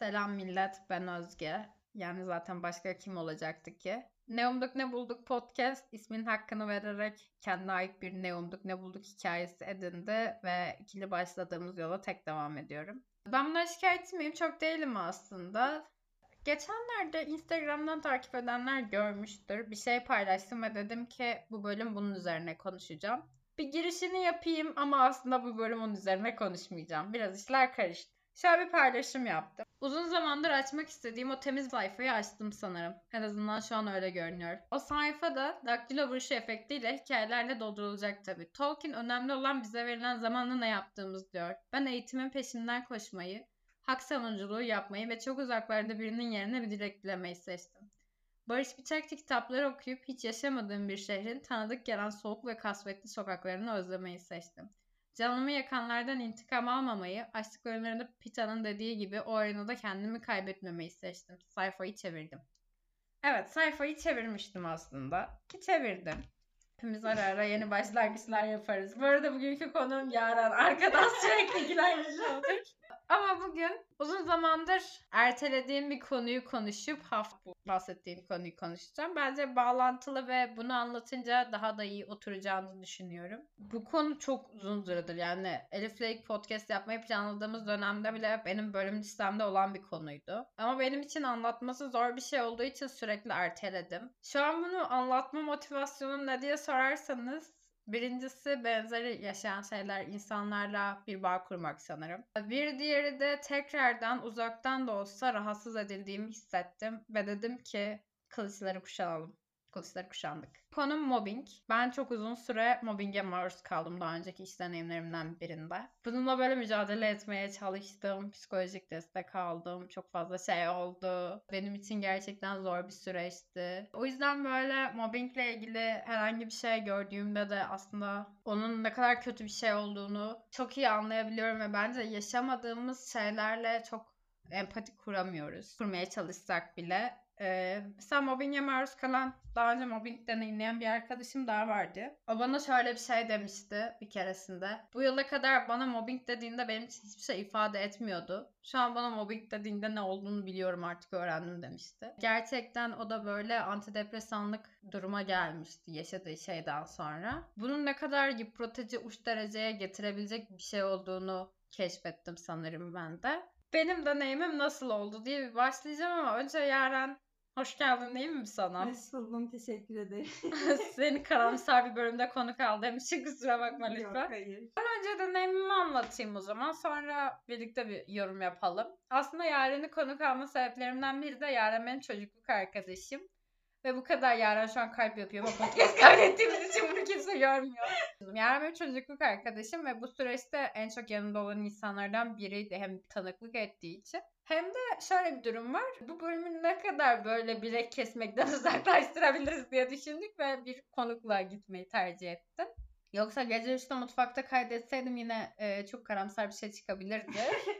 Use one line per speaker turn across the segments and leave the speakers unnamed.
Selam millet, ben Özge. Yani zaten başka kim olacaktı ki? Ne umduk ne bulduk podcast ismin hakkını vererek kendine ait bir ne umduk ne bulduk hikayesi edindi ve ikili başladığımız yola tek devam ediyorum. Ben bundan şikayetçi miyim? Çok değilim aslında. Geçenlerde Instagram'dan takip edenler görmüştür. Bir şey paylaştım ve dedim ki bu bölüm bunun üzerine konuşacağım. Bir girişini yapayım ama aslında bu bölüm onun üzerine konuşmayacağım. Biraz işler karıştı. Şöyle bir paylaşım yaptım. Uzun zamandır açmak istediğim o temiz sayfayı açtım sanırım. En azından şu an öyle görünüyor. O sayfada daktilo vuruşu efektiyle hikayelerle doldurulacak tabii. Tolkien önemli olan bize verilen zamanla ne yaptığımız diyor. Ben eğitimin peşinden koşmayı, hak savunuculuğu yapmayı ve çok uzaklarda birinin yerine bir dilek dilemeyi seçtim. Barış Bıçakçı kitapları okuyup hiç yaşamadığım bir şehrin tanıdık gelen soğuk ve kasvetli sokaklarını özlemeyi seçtim. Canımı yakanlardan intikam almamayı, açlık bölümlerinde Pita'nın dediği gibi o arenada kendimi kaybetmemeyi seçtim. Sayfayı çevirdim. Evet, sayfayı çevirmiştim aslında. Ki çevirdim. Hepimiz ara ara yeni başlangıçlar yaparız. Bu arada bugünkü konuğum Yaren. Arkadan sürekli gülen yüzü olduk. Ama bugün uzun zamandır ertelediğim bir konuyu konuşup bahsettiğim konuyu konuşacağım. Bence bağlantılı ve bunu anlatınca daha da iyi oturacağını düşünüyorum. Bu konu çok uzun süredir. Yani Elif'le ilk podcast yapmayı planladığımız dönemde bile benim bölüm listemde olan bir konuydu. Ama benim için anlatması zor bir şey olduğu için sürekli erteledim. Şu an bunu anlatma motivasyonum ne diye sorarsanız birincisi benzeri yaşayan şeyler insanlarla bir bağ kurmak sanırım. Bir diğeri de tekrardan uzaktan da olsa rahatsız edildiğimi hissettim ve dedim ki kılıçları kuşanalım. Kılıçları kuşandık. Konum mobbing. Ben çok uzun süre mobbinge maruz kaldım daha önceki iş deneyimlerimden birinde. Bununla böyle mücadele etmeye çalıştım. Psikolojik destek aldım. Çok fazla şey oldu. Benim için gerçekten zor bir süreçti. O yüzden böyle mobbingle ilgili herhangi bir şey gördüğümde de aslında onun ne kadar kötü bir şey olduğunu çok iyi anlayabiliyorum ve bence yaşamadığımız şeylerle çok empati kuramıyoruz. Kurmaya çalışsak bile. Mesela mobbinge maruz kalan, daha önce mobbing deneyimleyen bir arkadaşım daha vardı. O bana şöyle bir şey demişti bir keresinde. Bu yıla kadar bana mobbing dediğinde benim için hiçbir şey ifade etmiyordu. Şu an bana mobbing dediğinde ne olduğunu biliyorum, artık öğrendim demişti. Gerçekten o da böyle antidepresanlık duruma gelmişti yaşadığı şeyden sonra. Bunun ne kadar yıpratıcı uç dereceye getirebilecek bir şey olduğunu keşfettim sanırım ben de. Benim deneyimim nasıl oldu diye bir başlayacağım ama önce Yaren, hoş geldin değil mi sana?
Hoş buldum, teşekkür ederim.
Seni karamsar bir bölümde konuk aldım için kusura bakma
Yok,
lütfen.
hayır.
Önce deneyimimi anlatayım o zaman, sonra birlikte bir yorum yapalım. Aslında Yaren'i konuk alma sebeplerimden biri de Yaren benim çocukluk arkadaşım. Ve bu kadar Yaren şu an kalp yapıyor ama podcast kaydettiğimiz için bunu kimse görmüyor. Yaren benim çocukluk arkadaşım ve bu süreçte en çok yanımda olan insanlardan biriydi. Hem tanıklık ettiği için. Hem de şöyle bir durum var. Bu bölümü ne kadar böyle bilek kesmekten uzaklaştırabiliriz diye düşündük ve bir konukla gitmeyi tercih ettim. Yoksa gece 3'te mutfakta kaydetseydim yine çok karamsar bir şey çıkabilirdi.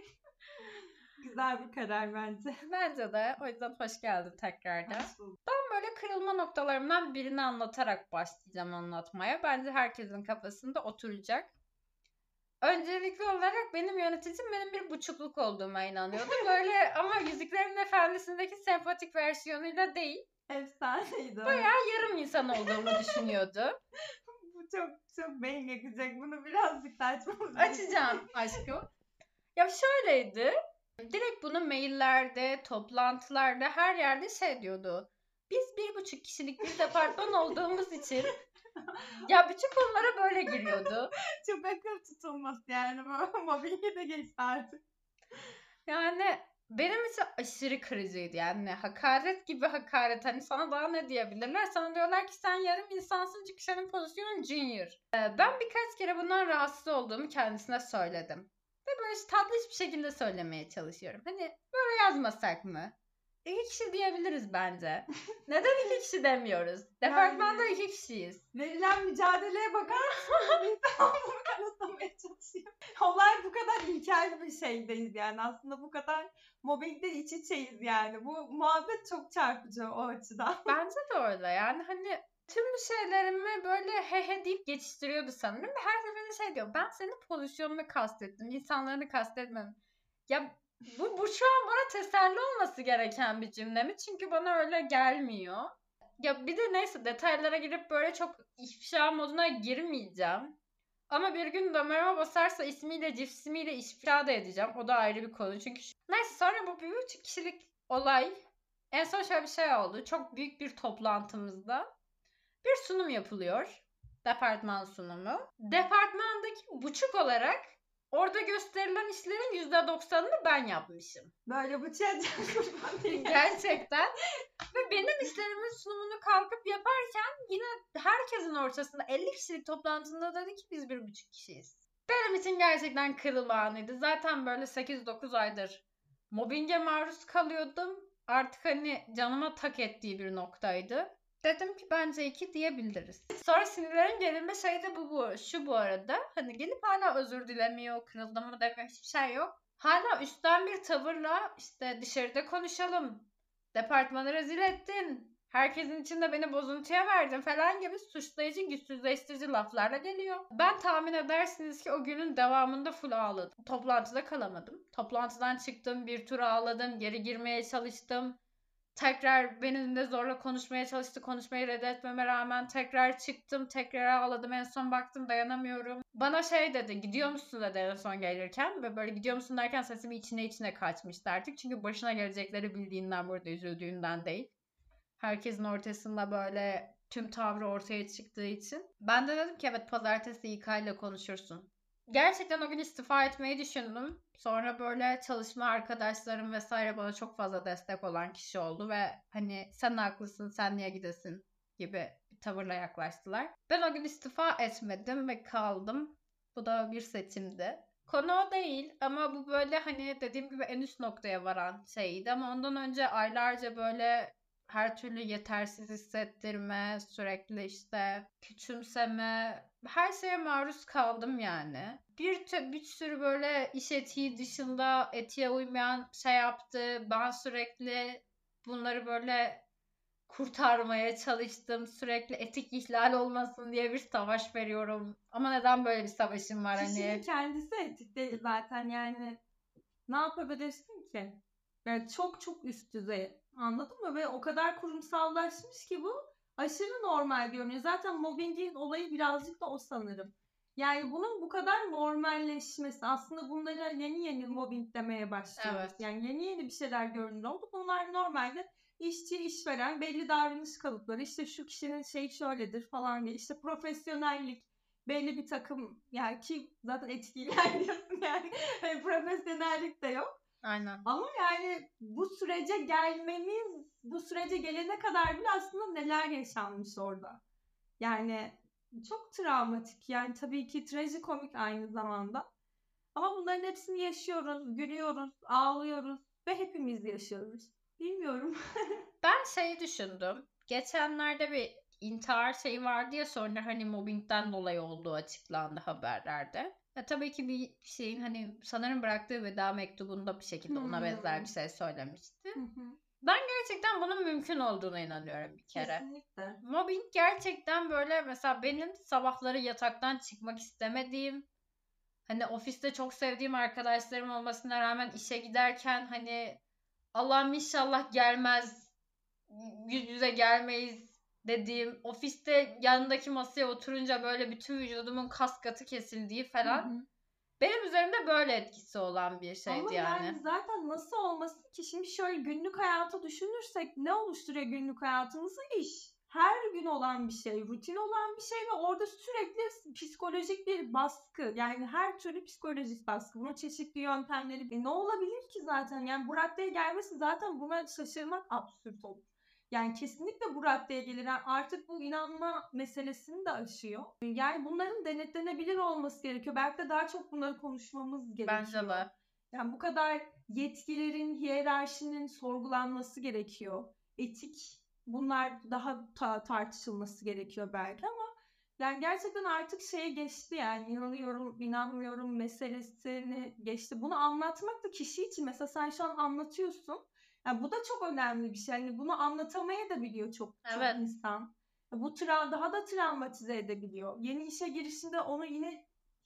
Güzel bir karar bence.
Bence de. O yüzden hoş geldin tekrardan.
Hoş bulduk.
Böyle kırılma noktalarımdan birini anlatarak başlayacağım anlatmaya. Bence herkesin kafasında oturacak. Öncelikli olarak benim yöneticim benim bir buçukluk olduğuma inanıyordu. Böyle ama Yüzüklerin Efendisi'ndeki sempatik versiyonuyla değil.
Efsaneydi.
Bayağı yarım insan olduğumu düşünüyordu.
Bu çok beyin yakacak. Bunu birazcık da açmamız
Açacağım aşkım. Ya şöyleydi. Direkt bunu maillerde, toplantılarda, her yerde şey diyordu. Biz 1,5 kişilik bir departman olduğumuz için ya bütün konulara böyle giriyordu.
Çok akıl tutulması yani. Mobbinge de geçti artık.
Yani benim için aşırı kırıcıydı yani. Hakaret gibi hakaret. Hani sana daha ne diyebilirler? Sana diyorlar ki sen yarım insansın çünkü senin pozisyonun junior. Ben birkaç kere bundan rahatsız olduğumu kendisine söyledim. Ve böyle tatlı bir şekilde söylemeye çalışıyorum. Hani böyle yazmasak mı? 2 kişi diyebiliriz bence. Neden 2 kişi demiyoruz? Departmanda 2 kişiyiz.
Verilen mücadeleye bakar mısın? Bunu kanıtlamaya çalışıyor. Olay bu kadar ilkel bir şeydeyiz yani. Aslında bu kadar mobbingde iç içeyiz yani. Bu muhabbet çok çarpıcı o açıdan.
Bence de öyle yani hani tüm bu şeylerimi böyle he he deyip geçiştiriyordu sanırım ve her seferinde şey diyor, ben senin pozisyonunu kastettim, insanlarını kastetmedim. Ya Bu şu an bana teselli olması gereken bir cümle mi? Çünkü bana öyle gelmiyor. Ya bir de neyse detaylara girip böyle çok ifşa moduna girmeyeceğim. Ama bir gün damarıma basarsa ismiyle cismiyle ifşa da edeceğim. O da ayrı bir konu. Çünkü neyse sonra bu bir 3 kişilik olay. En son şöyle bir şey oldu. Çok büyük bir toplantımızda bir sunum yapılıyor. Departman sunumu. Departmandaki buçuk olarak orada gösterilen işlerin %90'ını ben yapmışım.
Böyle bıçağa kurban değil.
Gerçekten. Ve benim işlerimin sunumunu kalkıp yaparken yine herkesin ortasında 50 kişilik toplantında dedi ki biz 1,5 kişiyiz. Benim için gerçekten kırılma anıydı. Zaten böyle 8-9 aydır mobbinge maruz kalıyordum. Artık hani canıma tak ettiği bir noktaydı. Dedim ki bence 2 diyebiliriz. Sonra sinirlerin gerilme şeyi de bu. Şu bu arada. Hani gelip hala özür dilemiyor, kırıldığımı demek hiçbir şey yok. Hala üstten bir tavırla işte dışarıda konuşalım. Departmanı rezil ettin. Herkesin içinde beni bozuntuya verdin falan gibi suçlayıcı, güçsüzleştirici laflarla geliyor. Ben tahmin edersiniz ki o günün devamında full ağladım. Toplantıda kalamadım. Toplantıdan çıktım, bir tur ağladım, geri girmeye çalıştım. Tekrar benimle zorla konuşmaya çalıştı. Konuşmayı reddetmeme rağmen tekrar çıktım. Tekrar ağladım. En son baktım dayanamıyorum. Bana şey dedi. Gidiyor musun dedi en son gelirken. Ve böyle gidiyor musun derken sesimi içine kaçmıştı artık. Çünkü başına gelecekleri bildiğinden burada üzüldüğünden değil. Herkesin ortasında böyle tüm tavrı ortaya çıktığı için. Ben de dedim ki evet pazartesi İK ile konuşursun. Gerçekten o gün istifa etmeyi düşündüm. Sonra böyle çalışma arkadaşlarım vesaire bana çok fazla destek olan kişi oldu ve hani sen haklısın, sen niye gidesin gibi bir tavırla yaklaştılar. Ben o gün istifa etmedim ve kaldım. Bu da bir seçimdi. Konu o değil ama bu böyle hani dediğim gibi en üst noktaya varan şeydi ama ondan önce aylarca böyle her türlü yetersiz hissettirme, sürekli işte küçümseme, her şeye maruz kaldım yani. Bir sürü böyle iş etiği dışında etiğe uymayan şey yaptı. Ben sürekli bunları böyle kurtarmaya çalıştım. Sürekli etik ihlal olmasın diye bir savaş veriyorum. Ama neden böyle bir savaşım var
Kişinin
hani?
kendisi etik değil zaten yani. Ne yapabilirsin ki? Yani çok çok üst düzey. Anladın mı? Ve o kadar kurumsallaşmış ki bu aşırı normal görünüyor. Zaten mobbingin olayı birazcık da o sanırım. Yani bunun bu kadar normalleşmesi aslında bunlara yeni yeni mobbing demeye başlıyoruz.
Evet.
Yani yeni yeni bir şeyler görünür oldu. Bunlar normalde işçi, işveren belli davranış kalıpları. İşte şu kişinin şey şöyledir falan diye. İşte profesyonellik belli bir takım yani ki zaten etkiler diyorsun yani profesyonellik de yok.
Aynen.
Ama yani bu sürece gelmemiz, bu sürece gelene kadar bile aslında neler yaşanmış orada. Yani çok travmatik yani tabii ki trajikomik aynı zamanda. Ama bunların hepsini yaşıyoruz, gülüyoruz, ağlıyoruz ve hepimiz yaşıyoruz. Bilmiyorum.
Ben şeyi düşündüm. Geçenlerde bir intihar şeyi vardı ya sonra hani mobbingden dolayı olduğu açıklandı haberlerde. Ya tabii ki bir şeyin hani sanırım bıraktığı veda mektubunda bir şekilde ona benzer bir şey söylemişti. Ben gerçekten bunun mümkün olduğuna inanıyorum bir kere.
Kesinlikle.
Mobbing gerçekten böyle mesela benim sabahları yataktan çıkmak istemediğim, hani ofiste çok sevdiğim arkadaşlarım olmasına rağmen işe giderken hani Allah'ım inşallah gelmez, yüz yüze gelmeyiz dediğim, ofiste yanındaki masaya oturunca böyle bütün vücudumun kas katı kesildiği falan benim üzerimde böyle etkisi olan bir şeydi
Ama yani zaten nasıl olmasın ki şimdi şöyle günlük hayatı düşünürsek ne oluşturuyor günlük hayatımızı? İş. Her gün olan bir şey, rutin olan bir şey ve orada sürekli psikolojik bir baskı. Yani her türlü psikolojik baskı. Bunun çeşitli yöntemleri. Ne olabilir ki zaten? Yani bu raddeye gelmesi zaten buna şaşırmak absürt olur. Yani kesinlikle bu raddeye gelir. Yani artık bu inanma meselesini de aşıyor. Yani bunların denetlenebilir olması gerekiyor. Belki de daha çok bunları konuşmamız gerekiyor.
Bence de.
Yani bu kadar yetkilerin, hiyerarşinin sorgulanması gerekiyor. Etik bunlar daha tartışılması gerekiyor belki ama yani gerçekten artık şeye geçti yani inanıyorum, inanmıyorum meselesini geçti. Bunu anlatmak da kişi için mesela sen şu an anlatıyorsun. Yani bu da çok önemli bir şey. Yani bunu anlatamaya da biliyor çok insan. Bu daha da travmatize edebiliyor. Yeni işe girişinde onu yine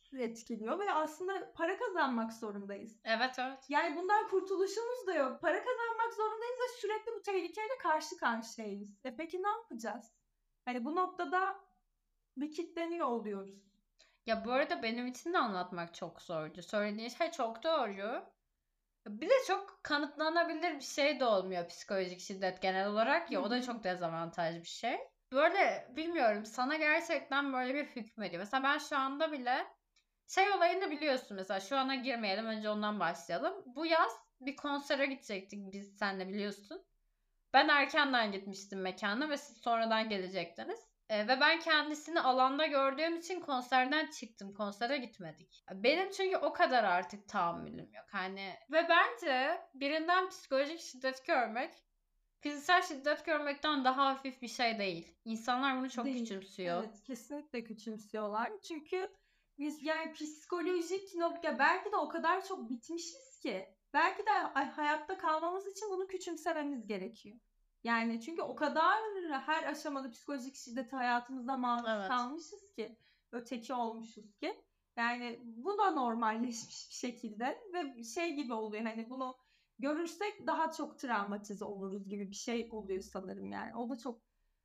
etkiliyor ve aslında para kazanmak zorundayız.
Evet.
Yani bundan kurtuluşumuz da yok. Para kazanmak zorundayız ve sürekli bu tehlikeyle karşı karşıyayız. Peki ne yapacağız? Hani bu noktada bir kilitleniyor oluyoruz.
Ya bu arada benim için de anlatmak çok zordu. Söylediğin şey çok doğru. Bir de çok kanıtlanabilir bir şey de olmuyor psikolojik şiddet genel olarak ya. O da çok dezavantaj bir şey. Böyle bilmiyorum, sana gerçekten böyle bir hükmediyor. Mesela ben şu anda bile şey olayını biliyorsun, mesela şu ana girmeyelim, önce ondan başlayalım. Bu yaz bir konsere gidecektik biz seninle, biliyorsun. Ben erkenden gitmiştim mekana ve siz sonradan gelecektiniz. Ve ben kendisini alanda gördüğüm için konserden çıktım. Konsere gitmedik. Benim çünkü o kadar artık tahammülüm yok. Hani ve bence birinden psikolojik şiddet görmek fiziksel şiddet görmekten daha hafif bir şey değil. İnsanlar bunu çok küçümsüyor.
Evet, kesinlikle küçümsüyorlar. Çünkü biz yani psikolojik nokta belki de o kadar çok bitmişiz ki belki de hayatta kalmamız için bunu küçümsememiz gerekiyor. Yani çünkü o kadar her aşamada psikolojik şiddete hayatımızda maruz kalmışız ki, öteki olmuşuz ki. Yani bu da normalleşmiş bir şekilde ve şey gibi oluyor, hani bunu görürsek daha çok travmatize oluruz gibi bir şey oluyor sanırım yani. O da çok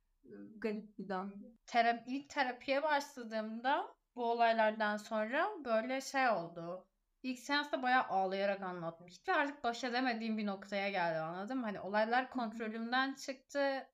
garip bir döngü.
İlk terapiye başladığımda bu olaylardan sonra böyle şey oldu. İlk seansta bayağı ağlayarak anlatmıştı. Artık baş edemediğim bir noktaya geldi, anladın mı? Hani olaylar kontrolümden çıktı.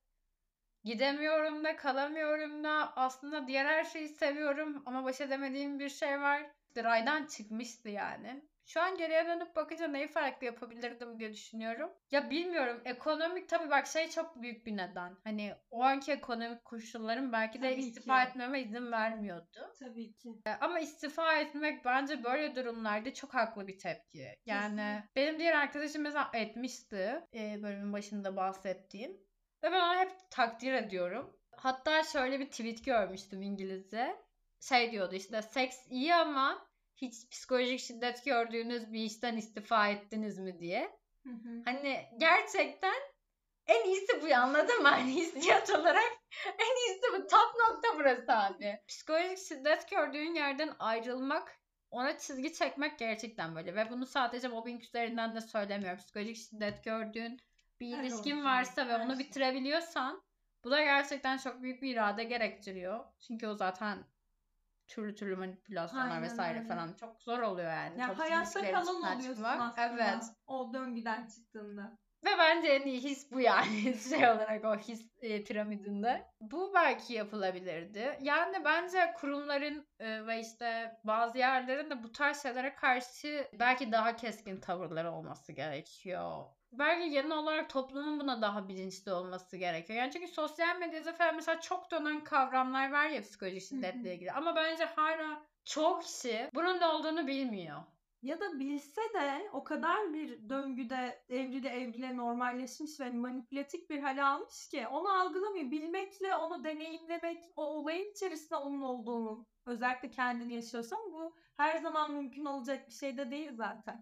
Gidemiyorum da kalamıyorum da, aslında diğer her şeyi seviyorum ama baş edemediğim bir şey var. Raydan çıkmıştı yani. Şu an geriye dönüp bakınca neyi farklı yapabilirdim diye düşünüyorum. Ya bilmiyorum, ekonomik tabii bak şey çok büyük bir neden. Hani o anki ekonomik koşullarım belki de
Tabii
istifa
ki.
etmeme izin vermiyordu.
Tabii ki.
Ama istifa etmek bence böyle durumlarda çok haklı bir tepki. Yani
Kesinlikle.
benim diğer arkadaşım mesela etmişti. Bölümün başında bahsettiğim. Ve ben onu hep takdir ediyorum. Hatta şöyle bir tweet görmüştüm İngilizce. Şey diyordu işte, seks iyi ama hiç psikolojik şiddet gördüğünüz bir işten istifa ettiniz mi diye. Hani gerçekten en iyisi bu, anladın mı? Hani hissiyat olarak en iyisi bu. Top nokta burası abi. Psikolojik şiddet gördüğün yerden ayrılmak, ona çizgi çekmek gerçekten böyle. Ve bunu sadece mobbing üzerinden de söylemiyorum. Psikolojik şiddet gördüğün bir ilişkin varsa ve onu bitirebiliyorsan, bu da gerçekten çok büyük bir irade gerektiriyor. Çünkü o zaten türlü türlü manipülasyonlar vesaire falan çok zor oluyor yani.
Ya hayatta kalan oluyorsun aslında.
Evet.
O döngüden çıktığında.
Ve bence en iyi his bu yani, şey olarak o his piramidinde. Bu belki yapılabilirdi. Yani bence kurumların ve işte bazı yerlerin de bu tarz şeylere karşı belki daha keskin tavırları olması gerekiyor. Belki genel olarak toplumun buna daha bilinçli olması gerekiyor. Yani çünkü sosyal medyada falan mesela çok dönen kavramlar var ya psikolojik şiddetle ilgili. Ama bence hala çoğu kişi bunun ne olduğunu bilmiyor.
Ya da bilse de o kadar bir döngüde evrile normalleşmiş ve manipülatif bir hale almış ki onu algılamıyor. Bilmekle onu deneyimlemek, o olayın içerisinde onun olduğunu, özellikle kendini yaşıyorsan, bu her zaman mümkün olacak bir şey de değil zaten.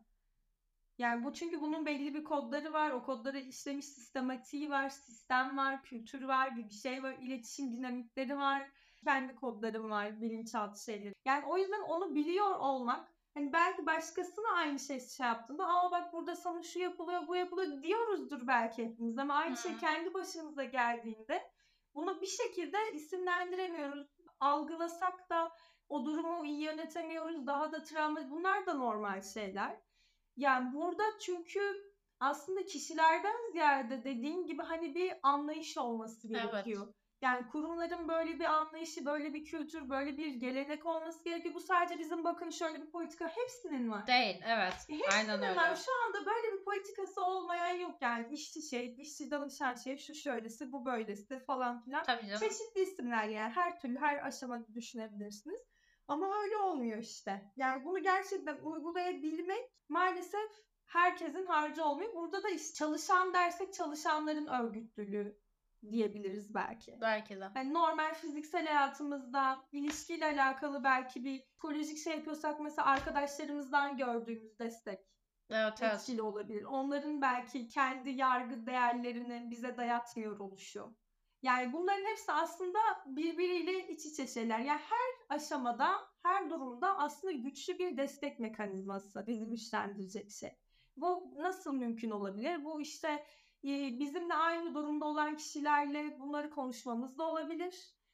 Yani bu çünkü bunun belli bir kodları var. O kodları işlemiş sistematiği var, sistem var, kültür var, bir şey var, iletişim dinamikleri var. Kendi kodları var, bilinçaltı şeyleri. Yani o yüzden onu biliyor olmak, hani belki başkasına aynı şey yaptığında, aa bak burada sana şu yapılıyor, bu yapılıyor diyoruzdur belki hepimiz, ama aynı şey kendi başımıza geldiğinde bunu bir şekilde isimlendiremiyoruz. Algılasak da o durumu iyi yönetemiyoruz. Daha da travma, bunlar da normal şeyler. Yani burada çünkü aslında kişilerden ziyade dediğin gibi hani bir anlayış olması gerekiyor.
Evet.
Yani kurumların böyle bir anlayışı, böyle bir kültür, böyle bir gelenek olması gerekiyor. Bu sadece bizim bakın şöyle bir politika, hepsinin var.
Değil, evet. Aynen
Hepsinin
öyle.
var. Şu anda böyle bir politikası olmayan yok yani. İşçi danışan şey, şu şöylesi, bu böylesi falan filan.
Tabii canım.
Çeşitli isimler yani, her türlü her aşamada düşünebilirsiniz. Ama öyle olmuyor işte. Yani bunu gerçekten uygulayabilmek maalesef herkesin harcı olmuyor. Burada da işte çalışan dersek çalışanların örgütlülüğü diyebiliriz belki.
Belki de.
Yani normal fiziksel hayatımızda ilişkiyle alakalı belki bir psikolojik şey yapıyorsak, mesela arkadaşlarımızdan gördüğümüz destek etkili olabilir. Onların belki kendi yargı değerlerini bize dayatmıyor oluşu. Yani bunların hepsi aslında birbiriyle iç içe şeyler. Yani her aşamada, her durumda aslında güçlü bir destek mekanizması bizi güçlendirecek şey. Bu nasıl mümkün olabilir? Bu işte bizimle aynı durumda olan kişilerle bunları konuşmamız da olabilir.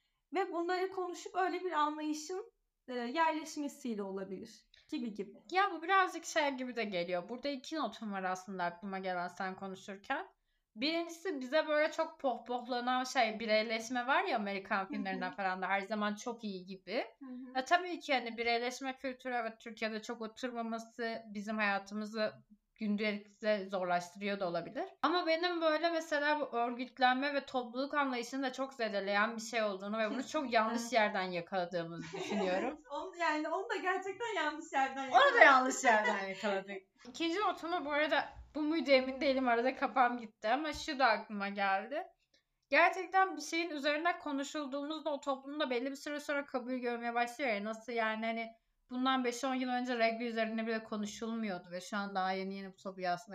Ve bunları konuşup öyle bir anlayışın yerleşmesiyle olabilir. Gibi.
Ya bu birazcık şey gibi de geliyor. Burada 2 notum var aslında aklıma gelen sen konuşurken. Birincisi bize böyle çok pohpohlanan bireyleşme var ya Amerikan filmlerinden falan da her zaman çok iyi gibi. Tabii ki hani bireyleşme kültürü evet Türkiye'de çok oturmaması bizim hayatımızı gündelikte zorlaştırıyor da olabilir. Ama benim böyle mesela bu örgütlenme ve topluluk anlayışını da çok zedeleyen bir şey olduğunu ve bunu çok yanlış yerden yakaladığımızı düşünüyorum.
Onu da gerçekten yanlış yerden
yakaladık. Onu da yanlış yerden yakaladık. İkinci notumu bu arada bu muydu emin değilim arada kafam gitti ama şu da aklıma geldi. Gerçekten bir şeyin üzerine konuşulduğumuzda o toplumda belli bir süre sonra kabul görmeye başlıyor ya. Nasıl yani hani bundan 5-10 yıl önce regl üzerine bile konuşulmuyordu ve şu an daha yeni bu tabuyu aslında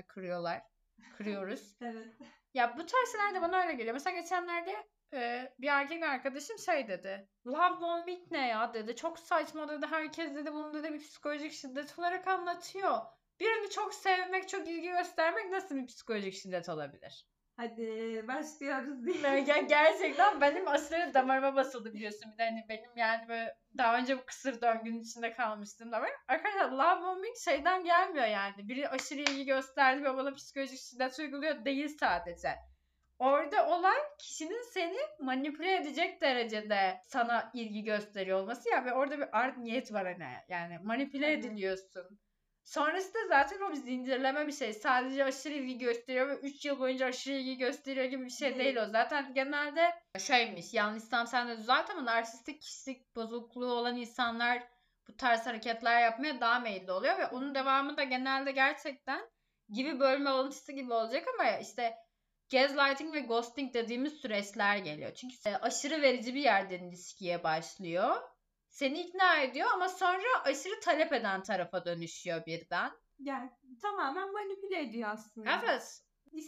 kırıyoruz.
Evet.
Ya bu tarz şeyler de bana öyle geliyor. Mesela geçenlerde bir erkek arkadaşım şey dedi. Love bombing ne ya dedi. Çok saçma dedi. Herkes dedi bunu dedi bir psikolojik şiddet olarak anlatıyor. Birini çok sevmek, çok ilgi göstermek nasıl bir psikolojik şiddet olabilir?
Hadi başlıyoruz diye.
Gerçekten benim aşırı damarıma basıldı biliyorsun. Bir de hani benim yani böyle daha önce bu kısır döngünün içinde kalmıştım da var. Arkadaşlar love bombing şeyden gelmiyor yani. Biri aşırı ilgi gösterdi ve bana psikolojik şiddet uyguluyor değil sadece. Orada olan kişinin seni manipüle edecek derecede sana ilgi gösteriyor olması ya ve orada bir art niyet var hani. Yani manipüle ediliyorsun. Sonrasında zaten o bir zincirleme bir şey. Sadece aşırı ilgi gösteriyor ve 3 yıl boyunca aşırı ilgi gösteriyor gibi bir şey değil o. Zaten genelde şeymiş, yanlışsam sen de düzelt ama narsistik kişilik bozukluğu olan insanlar bu tarz hareketler yapmaya daha meyilli oluyor ve onun devamı da genelde gerçekten gibi bölme alıntısı gibi olacak ama işte gaslighting ve ghosting dediğimiz süreçler geliyor. Çünkü aşırı verici bir yerden ilişkiye başlıyor. Seni ikna ediyor ama sonra aşırı talep eden tarafa dönüşüyor birden.
Yani tamamen manipüle ediyor aslında.
Evet.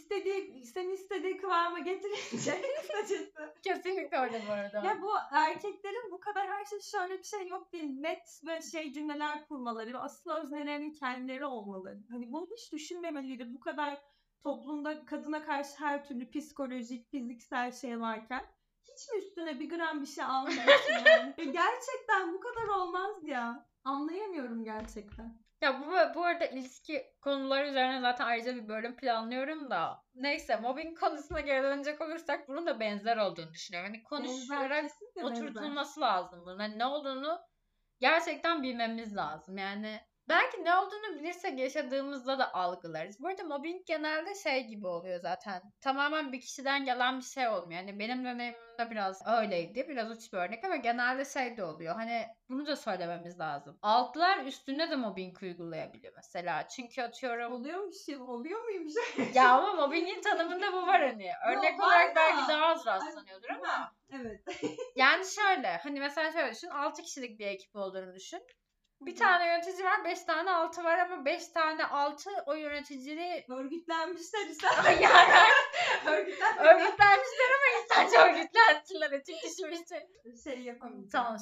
Seni istediği kıvama getirince kısacası.
Kesinlikle öyle bu arada.
Ya bu erkeklerin bu kadar her şey şöyle bir şey yok değil. Net ve cümleler kurmaları ve asıl öznelerinin kendileri olmaları. Hani bunu hiç düşünmemeliydi. Bu kadar toplumda kadına karşı her türlü psikolojik, fiziksel şey varken hiç mi üstüne bir gram bir şey almıyorsun yani? Gerçekten bu kadar olmaz ya. Anlayamıyorum gerçekten.
Ya bu arada ilişki konuları üzerine zaten ayrıca bir bölüm planlıyorum da. Neyse mobbing konusuna geri dönecek olursak bunun da benzer olduğunu düşünüyorum. Hani konuşarak oturtulması lazım bunun. Hani ne olduğunu gerçekten bilmemiz lazım. Yani belki ne olduğunu bilirsek yaşadığımızda da algılarız. Bu arada mobbing genelde şey gibi oluyor zaten. Tamamen bir kişiden gelen bir şey olmuyor. Yani benim dönemimde biraz öyleydi. Biraz uç bir örnek ama genelde şey de oluyor. Hani bunu da söylememiz lazım. Altlar üstüne de mobbing uygulayabiliyor mesela. Çünkü atıyorum.
Oluyor muymuş?
Ya ama mobbingin tanımında bu var hani. Örnek olarak belki daha az rastlanıyordur ama.
Evet.
Yani şöyle hani mesela şöyle düşün 6 kişilik bir ekip olduğunu düşün. Bir tane yönetici var 5 tane altı var ama 5 tane altı o yöneticiliği
örgütlenmişler
yani örgütlenmişler ama insanca örgütlendiler. Çünkü şimdi
şey yapamayacağım.
Tamam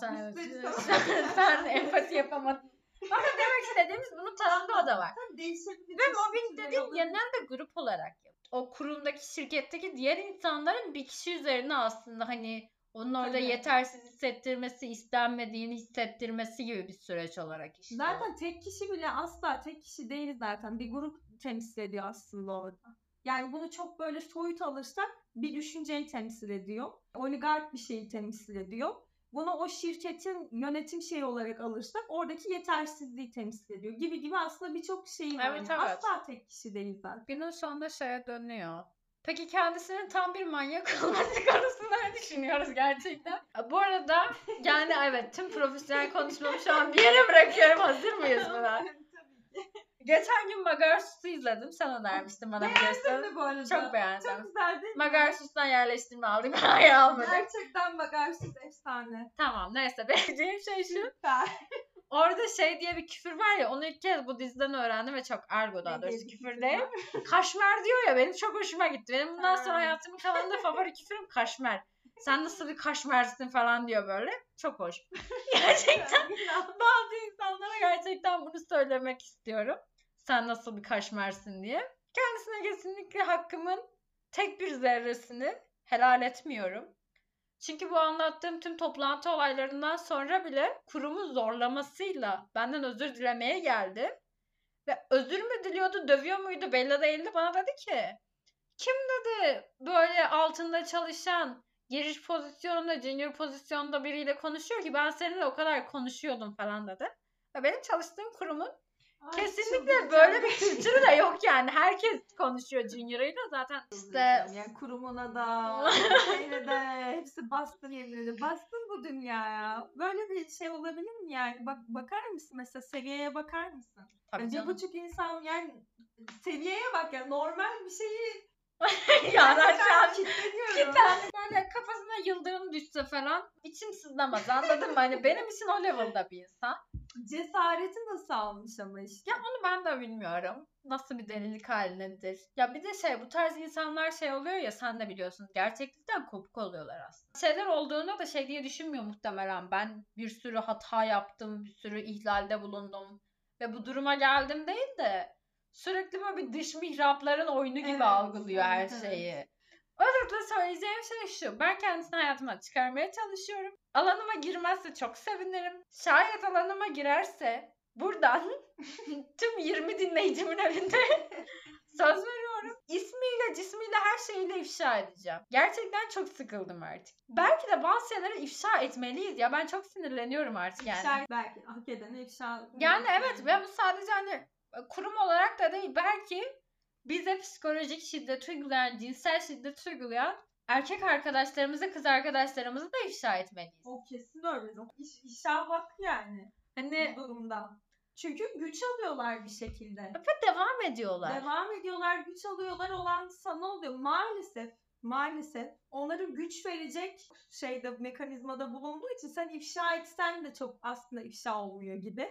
sen empati yapamadın. Ama demek istediğimiz bunun tanımda o da var. Ve mobbing dediğim genelde grup olarak o kurumdaki şirketteki diğer insanların bir kişi üzerine aslında hani onun orada yetersiz hissettirmesi, istenmediğini hissettirmesi gibi bir süreç olarak işte.
Zaten tek kişi bile asla tek kişi değil zaten. Bir grup temsil ediyor aslında orada. Yani bunu çok böyle soyut alırsak bir düşünceyi temsil ediyor. Oligark bir şeyi temsil ediyor. Bunu o şirketin yönetim şeyi olarak alırsak oradaki yetersizliği temsil ediyor. Gibi aslında birçok şey var.
Evet.
Asla tek kişi değil zaten.
Günün sonunda şeye dönüyor. Peki kendisinin tam bir manyak olması konusunda ne düşünüyoruz gerçekten? Bu arada yani evet tüm profesyonel konuşmamı şu an bir yere bırakıyorum. Hazır mıyız buna? Geçen gün Magarsus'u izledim. Sana vermiştim bana biliyorsun.
Beğendin mi bu arada?
Çok beğendim.
Çok güzel değil mi?
Magarsus'tan yerleştirme aldım. Hayır almadım.
Gerçekten Magarsus efsane.
Tamam neyse. Beğendiğim şey şu.
Süper.
Orada şey diye bir küfür var ya onu ilk kez bu diziden öğrendim ve çok argo daha doğrusu küfür değil. Kaşmer diyor ya benim çok hoşuma gitti. Benim bundan sonra hayatımın kalanında favori küfürüm kaşmer. Sen nasıl bir kaşmersin falan diyor böyle. Çok hoş. Gerçekten bazı insanlara gerçekten bunu söylemek istiyorum. Sen nasıl bir kaşmersin diye. Kendisine kesinlikle hakkımın tek bir zerresini helal etmiyorum. Çünkü bu anlattığım tüm toplantı olaylarından sonra bile kurumun zorlamasıyla benden özür dilemeye geldi. Ve özür mü diliyordu, dövüyor muydu belli değildi. Bana dedi ki, kim dedi böyle altında çalışan, giriş pozisyonunda, junior pozisyonda biriyle konuşuyor ki ben seninle o kadar konuşuyordum falan dedi. Ve benim çalıştığım kurumun kesinlikle böyle bir kültürü de yok yani. Herkes konuşuyor junior'ıyla zaten işte.
Yani kurumuna da, şeyle de hepsi bastın yeminleri. Bastın bu dünyaya. Böyle bir şey olabilir mi yani? Bakar mısın mesela seviyeye bakar mısın?
Tabii
Yani
canım.
1,5 insan yani seviyeye bak ya normal bir şeyi
Yani aşağı
kilitleniyorum.
bir tane böyle kafasına yıldırım düşse falan içim sızlamaz, anladın mı? Hani benim için o level'da bir insan.
Cesareti nasıl almış ama işte.
Ya onu ben de bilmiyorum. Nasıl bir delilik halindedir. Ya bir de bu tarz insanlar oluyor ya, sen de biliyorsun. Gerçeklikten kopuk oluyorlar aslında. Şeyler olduğunda da diye düşünmüyor muhtemelen. Ben bir sürü hata yaptım, bir sürü ihlalde bulundum. Ve bu duruma geldim değil de sürekli böyle bir dış mihrapların oyunu gibi algılıyor her şeyi. Özellikle söyleyeceğim şey şu. Ben kendisini hayatımdan çıkarmaya çalışıyorum. Alanıma girmezse çok sevinirim. Şayet alanıma girerse buradan tüm 20 dinleyicimin önünde söz veriyorum. İsmiyle, cismiyle, her şeyiyle ifşa edeceğim. Gerçekten çok sıkıldım artık. Belki de bazı şeyleri ifşa etmeliyiz ya. Ben çok sinirleniyorum artık yani.
İfşa belki hak edene ifşa.
Yani evet, ve bu sadece kurum olarak da değil. Belki bize psikolojik şiddet uygulayan, cinsel şiddet uygulayan erkek arkadaşlarımızı, kız arkadaşlarımızı da ifşa etmeliyiz.
O kesin öyle. İfşa hakkı yani.
Hani
bu durumda. Çünkü güç alıyorlar bir şekilde.
Ve devam ediyorlar.
Devam ediyorlar, güç alıyorlar, olan sana oluyor. Maalesef onlara güç verecek mekanizmada bulunduğu için sen ifşa etsen de çok aslında ifşa olmuyor gibi.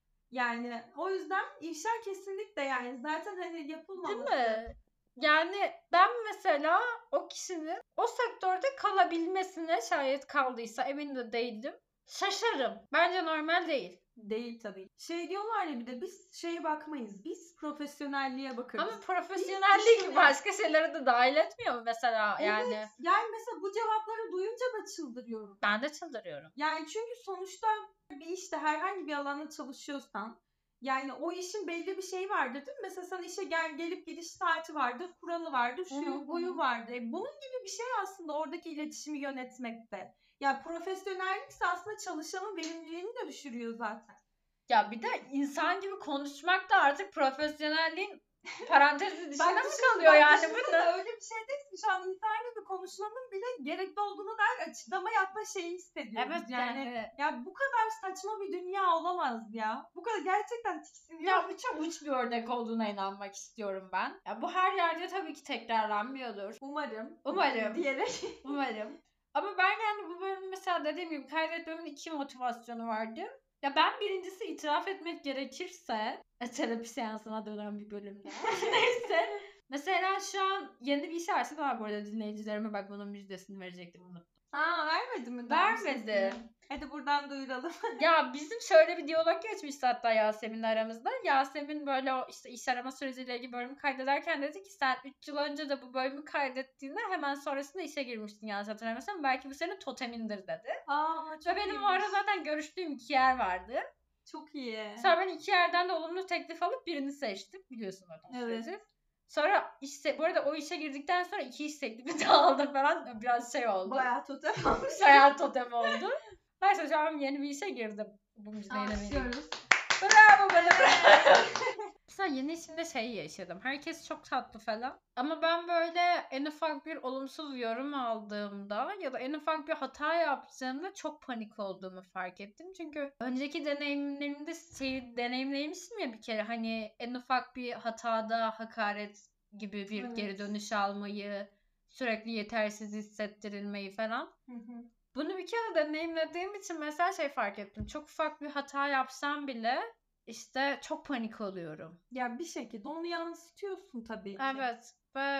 Yani o yüzden ifşa kesinlikle yani zaten hani yapılmaması.
Değil mi? Yani ben mesela o kişinin o sektörde kalabilmesine, şayet kaldıysa, emin de değilim, şaşarım. Bence normal değil.
Değil tabii. Diyorlar ya bir de biz bakmayız. Biz profesyonelliğe bakarız.
Ama profesyonellik başka şeylere de dahil etmiyor mu mesela yani?
Evet. Yani mesela bu cevapları duyunca da çıldırıyorum.
Ben de çıldırıyorum.
Yani çünkü sonuçta bir işte herhangi bir alanda çalışıyorsan yani o işin belli bir şeyi vardır değil mi? Mesela sen işe gelip gidiş saati vardır, kuralı vardır, şu boyu vardır. Bunun gibi bir şey aslında oradaki iletişimi yönetmekte. Yani profesyonellikse aslında çalışanın verimliliğini de düşürüyor zaten.
Ya bir de insan gibi konuşmak da artık profesyonelliğin parantezi dışında mı kalıyor yani?
Bu da öyle bir şey değil. Şu an insan gibi konuşmanın bile gerekli olduğunu dair açıklama yapma şeyi hissediyoruz.
Evet yani.
Ya bu kadar saçma bir dünya olamaz ya. Bu kadar gerçekten tiksiniyor.
Ya bu çok uç bir örnek olduğuna inanmak istiyorum ben. Ya bu her yerde tabii ki tekrarlanmıyordur.
Umarım. Diyerek.
Umarım. Ama ben yani bu bölümü mesela dediğim gibi kaydetmemin 2 motivasyonu vardı. Ya ben birincisi itiraf etmek gerekirse terapi seansına dönen bir bölümde. Neyse. Mesela şu an yeni bir iş açtım ama bu arada dinleyicilerime bak bunun müjdesini verecektim unuttum.
Vermedi mi?
Vermedi.
Hadi buradan duyuralım.
Ya bizim şöyle bir diyalog geçmişti hatta Yasemin'le aramızda. Yasemin böyle o işte iş arama süreciyle ilgili bölümü kaydederken dedi ki sen 3 yıl önce de bu bölümü kaydettiğinde hemen sonrasında işe girmiştin yanlış hatırlamıyorsam. Belki bu senin totemindir dedi. Ve benim o ara zaten görüştüğüm 2 yer vardı.
Çok iyi.
Sonra ben 2 yerden de olumlu teklif alıp birini seçtim. Biliyorsun zaten süreci. Sonra bu arada o işe girdikten sonra 2 iş teklifi daha aldım falan. Biraz oldu.
Bayağı totem olmuş.
Bayağı totem oldu. Neyse şu an yeni bir işe girdim. Bu müjdeyle
Alkışlıyoruz.
Bravo bana bravo. Mesela yeni işimde yaşadım. Herkes çok tatlı falan. Ama ben böyle en ufak bir olumsuz yorum aldığımda ya da en ufak bir hata yaptığımda çok panik olduğumu fark ettim. Çünkü önceki deneyimlerimde deneyimlemiştim ya bir kere. Hani en ufak bir hatada hakaret gibi bir geri dönüş almayı, sürekli yetersiz hissettirilmeyi falan. Bunu bir kere deneyimlediğim için mesela fark ettim. Çok ufak bir hata yapsam bile işte çok panik oluyorum.
Ya bir şekilde onu yansıtıyorsun tabii ki.
Evet ve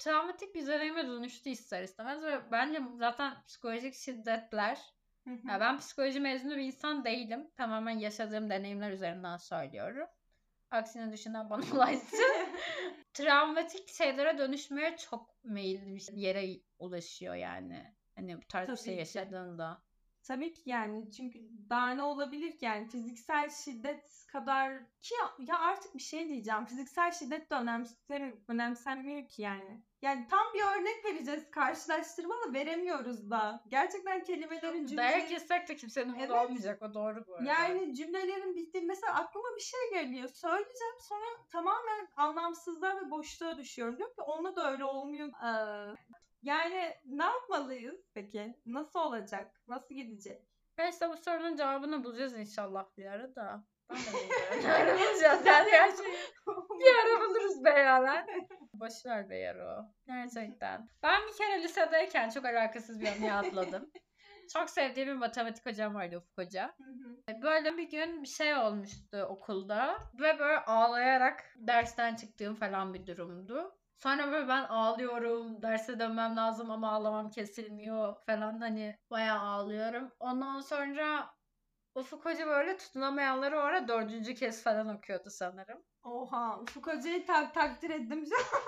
travmatik bir deneyime dönüştü ister istemez ve bence zaten psikolojik şiddetler, ya ben psikoloji mezunu bir insan değilim. Tamamen yaşadığım deneyimler üzerinden söylüyorum. Aksine düşünen bana ulaşsın. Travmatik şeylere dönüşmeye çok meyilli bir yere ulaşıyor yani. Hani bu tarz bir şey yaşadığında.
Tabii ki yani çünkü daha ne olabilir ki yani fiziksel şiddet kadar ki ya artık bir şey diyeceğim. Fiziksel şiddet de önemsenmiyor ki yani. Yani tam bir örnek vereceğiz karşılaştırma ama veremiyoruz da. Gerçekten kelimelerin
Dayak yesek de kimsenin umurunda olmayacak, o doğru bu arada.
Yani cümlelerin bittiği mesela aklıma bir şey geliyor. Söyleyeceğim sonra tamamen anlamsızlığa ve boşluğa düşüyorum. Diyorum ki onunla da öyle olmuyor. Yani ne yapmalıyız peki? Nasıl olacak? Nasıl gidecek?
İşte bu sorunun cevabını bulacağız inşallah bir ara da. Ben de bilmiyorum. Nerede bulacağız? Yani bir ara buluruz beraber. Boşver be yaro. Gerçekten. Ben bir kere lisedeyken çok alakasız bir anıya atladım. Çok sevdiğim bir matematik hocam vardı, Ufuk Hoca. Böyle bir gün bir şey olmuştu okulda ve böyle ağlayarak dersten çıktığım falan bir durumdu. Sonra böyle ben ağlıyorum, derse dönmem lazım ama ağlamam kesilmiyor falan, hani bayağı ağlıyorum. Ondan sonra Ufuk Hoca böyle tutunamayanları o ara 4. kez falan okuyordu sanırım.
Oha, Ufuk Hoca'yı takdir ettim.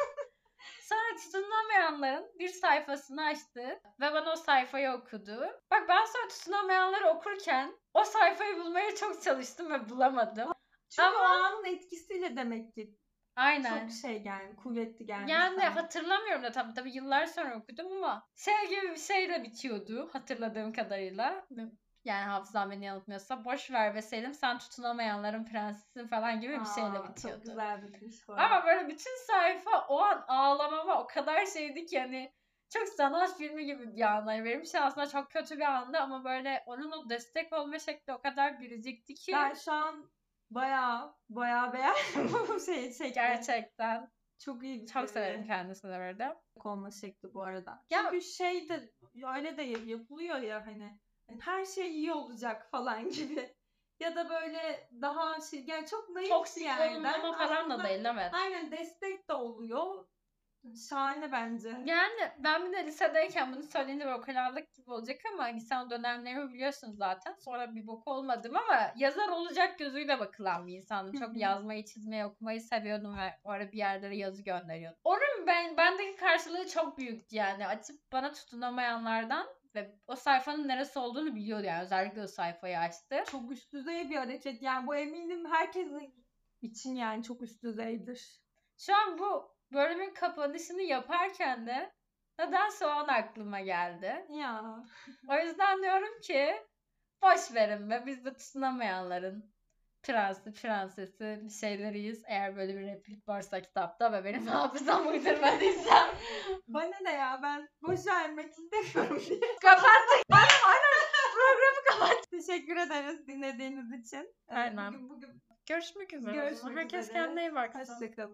Sonra tutunamayanların bir sayfasını açtı ve bana o sayfayı okudu. Bak ben sonra tutunamayanları okurken o sayfayı bulmaya çok çalıştım ve bulamadım.
Çünkü o anın etkisiyle demek ki.
Aynen.
Çok kuvvetli gelmiş.
Yani hatırlamıyorum da tabii yıllar sonra okudum ama şey gibi bir şeyle bitiyordu hatırladığım kadarıyla. Yani hafızam beni yanıltmıyorsa, boş ver be Selim, sen tutunamayanların prensesisin falan gibi bir şeyle bitiyordu.
Çok güzel bitmiş.
Ama böyle bütün sayfa o an ağlamama o kadar şeydi ki hani çok sanat filmi gibi bir an. Yani benim için aslında çok kötü bir andı ama böyle onun o destek olma şekli o kadar biricikti ki.
Ben şu an bayağı beğendim bu şekli.
Gerçekten.
Çok iyi bir
Çok severim kendisini de böyle.
Olma şekli bu arada.
Ya,
çünkü şey de öyle de yapılıyor ya hani her şey iyi olacak falan gibi. Ya da böyle daha yani çok naif
toksik
bir yerden.
olumlama falan da değil, evet.
Aynen, destek de oluyor. Şahane bence.
Yani ben bir de lisedeyken bunu söyleyince böyle ukalalık gibi olacak ama lisan dönemlerimi biliyorsunuz zaten. Sonra bir bok olmadım ama yazar olacak gözüyle bakılan bir insandım. Çok yazmayı, çizmeyi, okumayı seviyordum ve o ara bir yerlere yazı gönderiyordum. Onun bendeki karşılığı çok büyüktü yani. Açıp bana tutunamayanlardan ve o sayfanın neresi olduğunu biliyordu yani. Özellikle o sayfayı açtı.
Çok üst düzey bir hareket. Yani bu eminim herkesin için yani çok üst düzeydir.
Şu an bu bölümün kapanışını yaparken de nedense o an aklıma geldi.
Ya.
O yüzden diyorum ki boş verin be, biz de tutunamayanların prensesi bir şeyleriyiz. Eğer böyle bir replik varsa kitapta ve benim hafızam uydurmadıysam.
Bana ne ya, ben boş vermek istemiyorum diye.
Kapattık. Aynen. Programı kapat.
Teşekkür ederiz dinlediğiniz için.
Aynen.
Bugün
Görüşmek üzere.
görüşmek
Herkes
üzere.
kendine iyi baksın.
Hoşçakalın.